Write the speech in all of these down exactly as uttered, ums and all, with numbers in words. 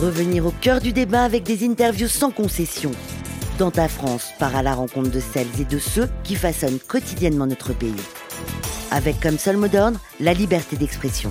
Revenir au cœur du débat avec des interviews sans concession. Dans ta France, part à la rencontre de celles et de ceux qui façonnent quotidiennement notre pays. Avec comme seul mot d'ordre, la liberté d'expression.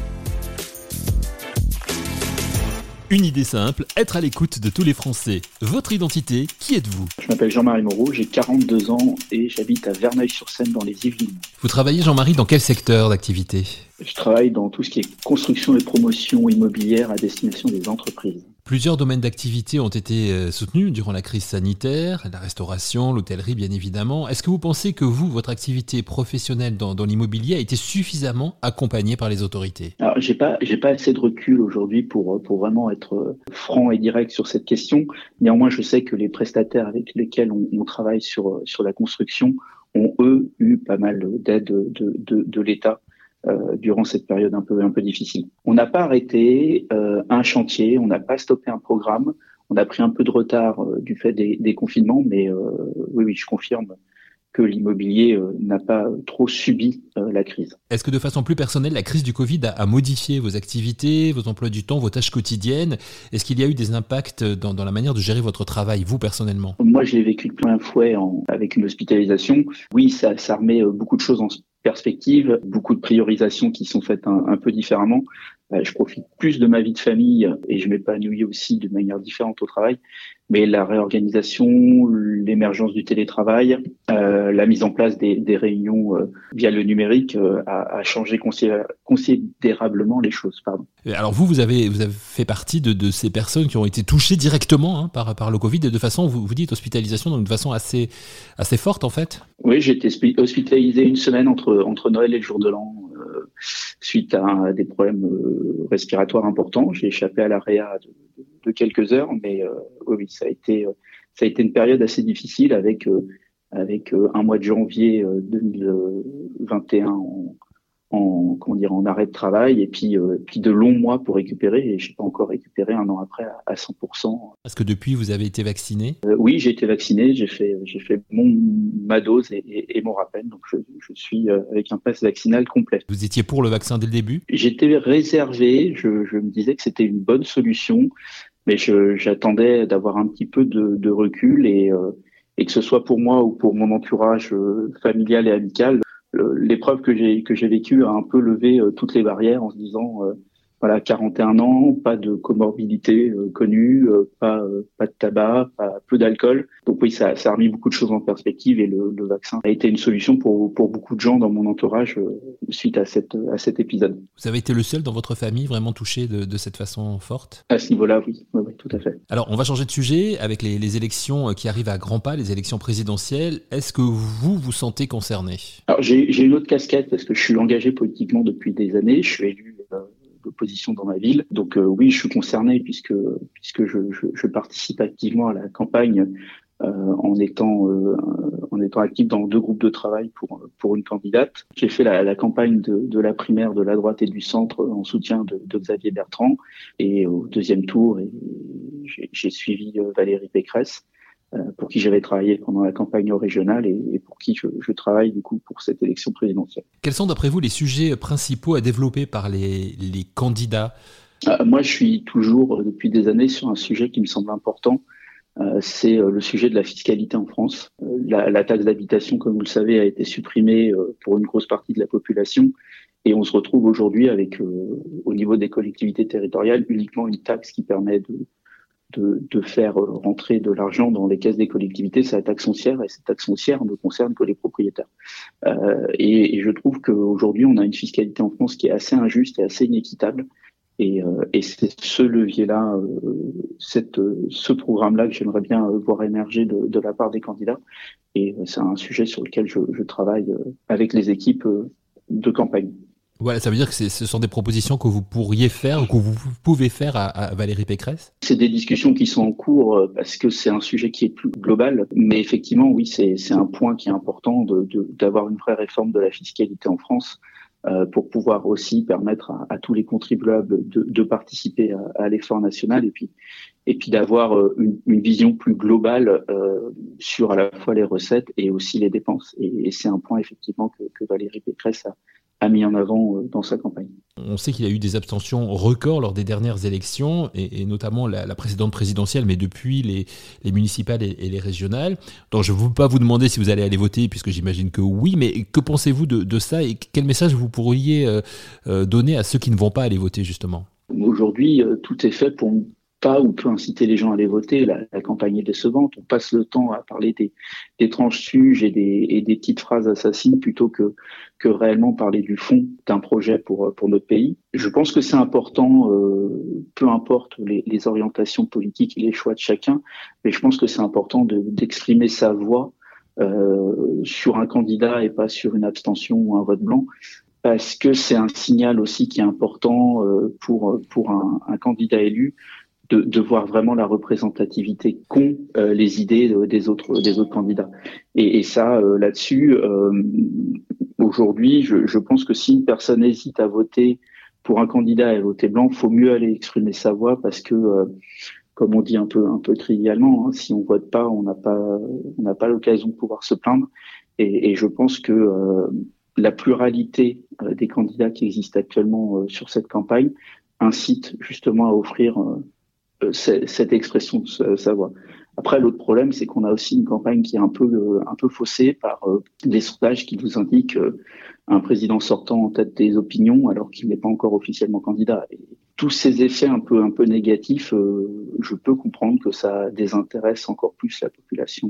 Une idée simple, être à l'écoute de tous les Français. Votre identité, qui êtes-vous ? Je m'appelle Jean-Marie Moreau, j'ai quarante-deux ans et j'habite à Verneuil-sur-Seine dans les Yvelines. Vous travaillez, Jean-Marie, dans quel secteur d'activité ? Je travaille dans tout ce qui est construction et promotion immobilière à destination des entreprises. Plusieurs domaines d'activité ont été soutenus durant la crise sanitaire, la restauration, l'hôtellerie bien évidemment. Est-ce que vous pensez que vous, votre activité professionnelle dans, dans l'immobilier a été suffisamment accompagnée par les autorités ? Alors, j'ai pas, j'ai pas assez de recul aujourd'hui pour, pour vraiment être franc et direct sur cette question. Néanmoins, je sais que les prestataires avec lesquels on, on travaille sur, sur la construction ont, eux, eu pas mal d'aide de, de, de l'État. Euh, durant cette période un peu un peu difficile. On n'a pas arrêté euh, un chantier, on n'a pas stoppé un programme, on a pris un peu de retard euh, du fait des, des confinements, mais euh, oui, oui, je confirme que l'immobilier euh, n'a pas trop subi euh, la crise. Est-ce que de façon plus personnelle, la crise du Covid a, a modifié vos activités, vos emplois du temps, vos tâches quotidiennes ? Est-ce qu'il y a eu des impacts dans, dans la manière de gérer votre travail, vous personnellement ? Moi, je l'ai vécu de plein fouet en, avec une hospitalisation. Oui, ça, ça remet beaucoup de choses en perspective, beaucoup de priorisations qui sont faites un, un peu différemment. Euh, je profite plus de ma vie de famille et je m'épanouis aussi de manière différente au travail. Mais la réorganisation, l'émergence du télétravail, euh, la mise en place des, des réunions euh, via le numérique euh, a, a changé considé- considérablement les choses. Pardon. Alors vous, vous avez, vous avez fait partie de, de ces personnes qui ont été touchées directement hein, par, par le Covid et de façon, vous, vous dites hospitalisation, donc de façon assez, assez forte en fait. Oui, j'ai été hospitalisé une semaine entre, entre Noël et le jour de l'an euh, suite à des problèmes euh, respiratoires importants. J'ai échappé à la réa de, de, de quelques heures, mais euh, oui, ça a été, ça a été une période assez difficile avec, euh, avec euh, un mois de janvier euh, deux mille vingt et un en, en, comment dire, en arrêt de travail et puis, euh, puis de longs mois pour récupérer et je n'ai pas encore récupéré un an après à, à cent pour cent. Est-ce que depuis vous avez été vacciné ? euh, Oui, j'ai été vacciné, j'ai fait, j'ai fait mon, ma dose et, et, et mon rappel, donc je, je suis avec un pass vaccinal complet. Vous étiez pour le vaccin dès le début ? J'étais réservé, je, je me disais que c'était une bonne solution, mais je, j'attendais d'avoir un petit peu de, de recul et, euh, et que ce soit pour moi ou pour mon entourage euh, familial et amical, l'épreuve que j'ai que j'ai vécue a un peu levé euh, toutes les barrières en se disant euh, voilà quarante et un ans, pas de comorbidité euh, connue, euh, pas euh, pas de tabac, pas peu d'alcool. Donc oui, ça ça a remis beaucoup de choses en perspective et le, le vaccin a été une solution pour pour beaucoup de gens dans mon entourage euh, suite à cette à cet épisode. Vous avez été le seul dans votre famille vraiment touché de, de cette façon forte ? À ce niveau-là, oui, oui, oui, tout à fait. Alors, on va changer de sujet avec les, les élections qui arrivent à grands pas, les élections présidentielles. Est-ce que vous vous sentez concerné ? Alors j'ai j'ai une autre casquette parce que je suis engagé politiquement depuis des années. Je suis élu euh, d'opposition dans ma ville. Donc euh, oui, je suis concerné puisque puisque je, je, je participe activement à la campagne euh, en étant euh, en étant actif dans deux groupes de travail pour pour une candidate. J'ai fait la, la campagne de, de la primaire de la droite et du centre en soutien de, de Xavier Bertrand et au deuxième tour, et j'ai, j'ai suivi Valérie Pécresse, pour qui j'avais travaillé pendant la campagne régionale et, et pour qui je, je travaille du coup pour cette élection présidentielle. Quels sont d'après vous les sujets principaux à développer par les, les candidats ? euh, Moi, je suis toujours depuis des années sur un sujet qui me semble important. Euh, c'est le sujet de la fiscalité en France. Euh, la, la taxe d'habitation, comme vous le savez, a été supprimée euh, pour une grosse partie de la population. Et on se retrouve aujourd'hui avec, euh, au niveau des collectivités territoriales, uniquement une taxe qui permet de De, de faire rentrer de l'argent dans les caisses des collectivités, c'est la taxe foncière, et cette taxe foncière ne concerne que les propriétaires. Euh, et, et je trouve qu'aujourd'hui, on a une fiscalité en France qui est assez injuste et assez inéquitable. Et, euh, et c'est ce levier-là, euh, cette, ce programme-là que j'aimerais bien voir émerger de, de la part des candidats. Et c'est un sujet sur lequel je, je travaille avec les équipes de campagne. Voilà, ça veut dire que c'est, ce sont des propositions que vous pourriez faire ou que vous pouvez faire à, à Valérie Pécresse ? C'est des discussions qui sont en cours parce que c'est un sujet qui est plus global. Mais effectivement, oui, c'est, c'est un point qui est important de, de, d'avoir une vraie réforme de la fiscalité en France euh, pour pouvoir aussi permettre à, à tous les contribuables de, de participer à, à l'effort national et puis, et puis d'avoir une, une vision plus globale euh, sur à la fois les recettes et aussi les dépenses. Et, et c'est un point effectivement que, que Valérie Pécresse a a mis en avant dans sa campagne. on sait qu'il y a eu des abstentions records lors des dernières élections, et, et notamment la, la précédente présidentielle, mais depuis les, les municipales et, et les régionales. Donc je ne veux pas vous demander si vous allez aller voter, puisque j'imagine que oui, mais que pensez-vous de, de ça et quel message vous pourriez euh, euh, donner à ceux qui ne vont pas aller voter, justement ? Aujourd'hui, euh, tout est fait pour pas ou peut inciter les gens à aller voter. La, la campagne est décevante. On passe le temps à parler des, des tranches suges et des, et des petites phrases assassines plutôt que, que réellement parler du fond d'un projet pour, pour notre pays. Je pense que c'est important, euh, peu importe les, les orientations politiques et les choix de chacun, mais je pense que c'est important de, d'exprimer sa voix euh, sur un candidat et pas sur une abstention ou un vote blanc. Parce que c'est un signal aussi qui est important euh, pour, pour un, un candidat élu, De, de voir vraiment la représentativité qu'ont euh, les idées des autres des autres candidats. Et, et ça, euh, là-dessus, euh, aujourd'hui, je, je pense que si une personne hésite à voter pour un candidat et voter blanc, faut mieux aller exprimer sa voix parce que, euh, comme on dit un peu un peu trivialement, hein, si on vote pas, on n'a pas on n'a pas l'occasion de pouvoir se plaindre. Et, et je pense que euh, la pluralité euh, des candidats qui existent actuellement euh, sur cette campagne incite justement à offrir euh, cette expression de sa voix. Après, l'autre problème, c'est qu'on a aussi une campagne qui est un peu un peu faussée par des sondages qui nous indiquent un président sortant en tête des opinions alors qu'il n'est pas encore officiellement candidat. Et tous ces effets un peu un peu négatifs, je peux comprendre que ça désintéresse encore plus la population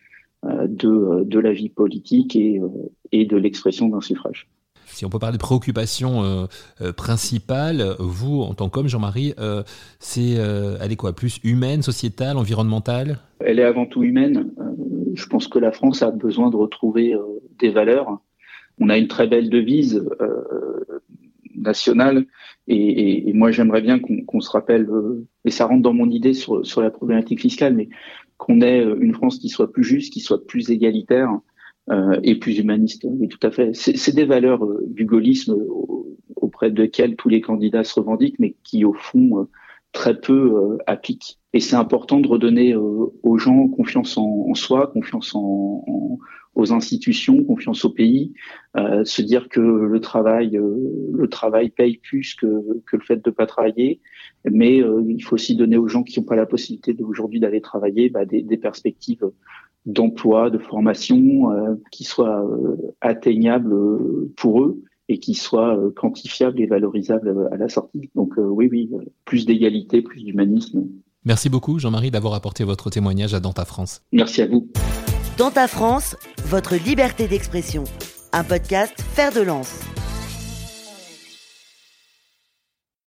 de de la vie politique et et de l'expression d'un suffrage. Si on peut parler de préoccupation euh, euh, principale, vous, en tant qu'homme, Jean-Marie, euh, c'est, euh, elle est quoi, plus humaine, sociétale, environnementale ? Elle est avant tout humaine. Euh, je pense que la France a besoin de retrouver euh, des valeurs. On a une très belle devise euh, nationale et, et, et moi j'aimerais bien qu'on, qu'on se rappelle, euh, et ça rentre dans mon idée sur, sur la problématique fiscale, mais qu'on ait une France qui soit plus juste, qui soit plus égalitaire, Euh, et plus humaniste, oui, tout à fait. C'est, c'est des valeurs euh, du gaullisme euh, auprès desquelles tous les candidats se revendiquent, mais qui au fond euh, très peu euh, appliquent. Et c'est important de redonner euh, aux gens confiance en, en soi, confiance en, en, aux institutions, confiance au pays, euh, se dire que le travail, euh, le travail paye plus que, que le fait de pas travailler, mais euh, il faut aussi donner aux gens qui n'ont pas la possibilité d'aujourd'hui d'aller travailler bah, des, des perspectives d'emploi, de formation, euh, qui soient euh, atteignables euh, pour eux et qui soient euh, quantifiables et valorisables à la sortie. Donc euh, oui, oui, plus d'égalité, plus d'humanisme. Merci beaucoup Jean-Marie d'avoir apporté votre témoignage à Dans ta France. Merci à vous. Dans ta France, votre liberté d'expression. Un podcast Fer de Lance.